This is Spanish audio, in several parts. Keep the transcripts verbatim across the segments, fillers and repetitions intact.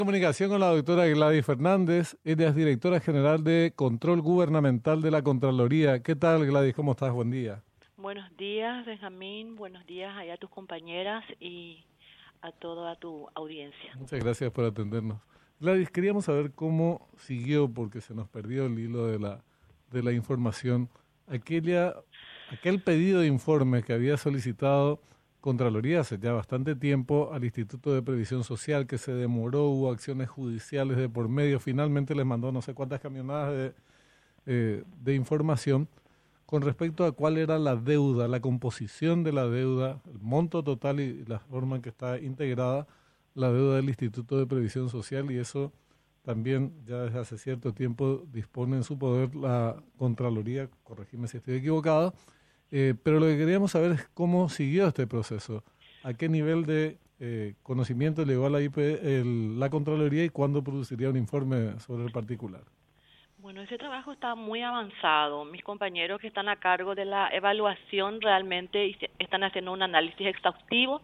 Comunicación con la doctora Gladys Fernández. Ella es directora general de Control Gubernamental de la Contraloría. ¿Qué tal, Gladys? ¿Cómo estás? Buen día. Buenos días, Benjamín. Buenos días allá a tus compañeras y a toda tu audiencia. Muchas gracias por atendernos. Gladys, queríamos saber cómo siguió, porque se nos perdió el hilo de la, de la información, aquella, aquel pedido de informe que había solicitado Contraloría hace ya bastante tiempo al Instituto de Previsión Social, que se demoró, hubo acciones judiciales de por medio, finalmente les mandó no sé cuántas camionadas de, eh, de información con respecto a cuál era la deuda, la composición de la deuda, el monto total y la forma en que está integrada la deuda del Instituto de Previsión Social, y eso también ya desde hace cierto tiempo dispone en su poder la Contraloría, corregime si estoy equivocado. Eh, pero lo que queríamos saber es cómo siguió este proceso, a qué nivel de eh, conocimiento llegó a la I P, el, la Contraloría y cuándo produciría un informe sobre el particular. Bueno, ese trabajo está muy avanzado. Mis compañeros que están a cargo de la evaluación realmente están haciendo un análisis exhaustivo.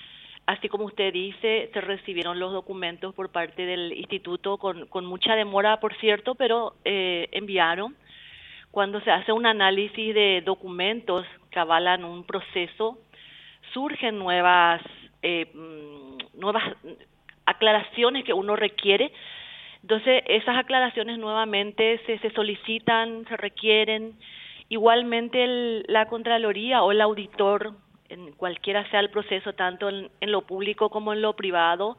Así como usted dice, se recibieron los documentos por parte del instituto con, con mucha demora, por cierto, pero eh, enviaron. Cuando se hace un análisis de documentos que avalan un proceso, surgen nuevas, eh, nuevas aclaraciones que uno requiere. Entonces, esas aclaraciones nuevamente se, se solicitan, se requieren. Igualmente, el, la Contraloría o el auditor, en cualquiera sea el proceso, tanto en, en lo público como en lo privado,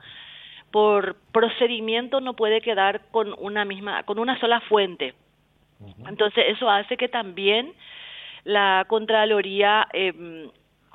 por procedimiento no puede quedar con una misma, con una sola fuente. Entonces, eso hace que también la Contraloría eh,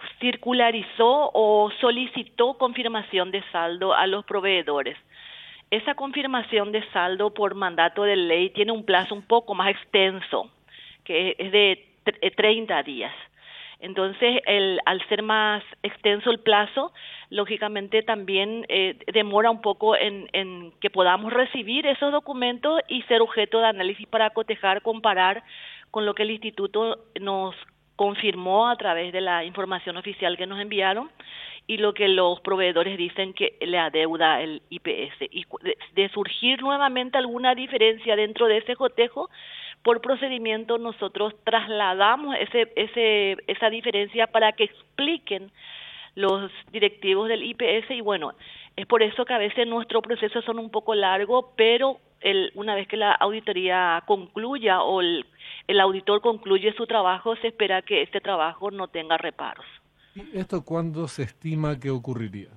circularizó o solicitó confirmación de saldo a los proveedores. Esa confirmación de saldo por mandato de ley tiene un plazo un poco más extenso, que es de treinta días. Entonces, el, al ser más extenso el plazo, lógicamente también eh, demora un poco en, en que podamos recibir esos documentos y ser objeto de análisis para cotejar, comparar con lo que el instituto nos confirmó a través de la información oficial que nos enviaron y lo que los proveedores dicen que le adeuda el I P S. Y de, de surgir nuevamente alguna diferencia dentro de ese cotejo, por procedimiento nosotros trasladamos ese, ese, esa diferencia para que expliquen los directivos del I P S y bueno, es por eso que a veces nuestros procesos son un poco largos, pero el, una vez que la auditoría concluya o el, el auditor concluye su trabajo, se espera que este trabajo no tenga reparos. ¿Y esto cuándo se estima que ocurriría?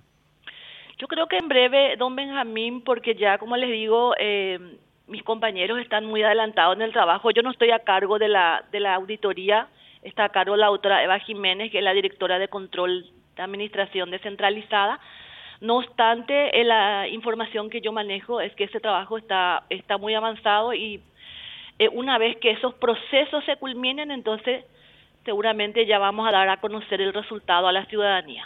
Yo creo que en breve, don Benjamín, porque ya como les digo, eh, mis compañeros están muy adelantados en el trabajo. Yo no estoy a cargo de la de la auditoría, está a cargo la doctora Eva Jiménez, que es la directora de control de administración descentralizada. No obstante, eh, la información que yo manejo es que ese trabajo está está muy avanzado y eh, una vez que esos procesos se culminen, entonces seguramente ya vamos a dar a conocer el resultado a la ciudadanía.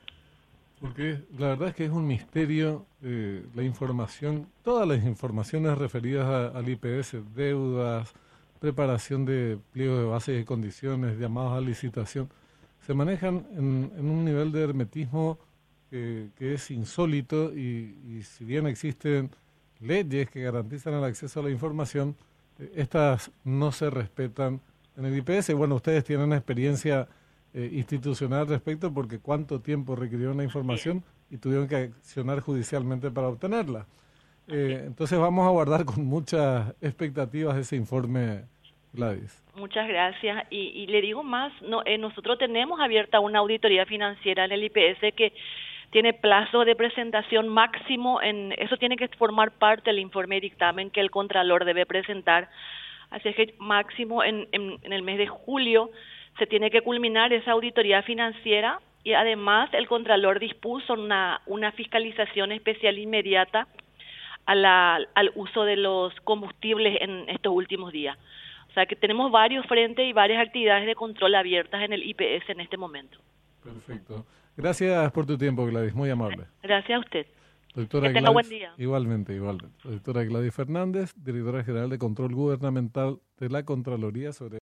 Porque la verdad es que es un misterio eh, la información, todas las informaciones referidas a, al I P S, deudas, preparación de pliegos de bases y condiciones, llamados a licitación, se manejan en, en un nivel de hermetismo que, que es insólito y, y si bien existen leyes que garantizan el acceso a la información, eh, estas no se respetan en el I P S. Bueno, ustedes tienen experiencia Eh, institucional al respecto, porque cuánto tiempo requirieron la información y tuvieron que accionar judicialmente para obtenerla. Eh, entonces vamos a guardar con muchas expectativas ese informe, Gladys. Muchas gracias. Y, y le digo más, no, eh, nosotros tenemos abierta una auditoría financiera en el I P S que tiene plazo de presentación máximo, en eso tiene que formar parte del informe de dictamen que el Contralor debe presentar. Así es que máximo en, en, en el mes de julio se tiene que culminar esa auditoría financiera y además el Contralor dispuso una, una fiscalización especial inmediata a la, al uso de los combustibles en estos últimos días. O sea que tenemos varios frentes y varias actividades de control abiertas en el I P S en este momento. Perfecto. Gracias por tu tiempo, Gladys, muy amable. Gracias a usted. Doctora que tenga Gladys, buen día. Igualmente, igualmente. Doctora Gladys Fernández, directora general de Control Gubernamental de la Contraloría sobre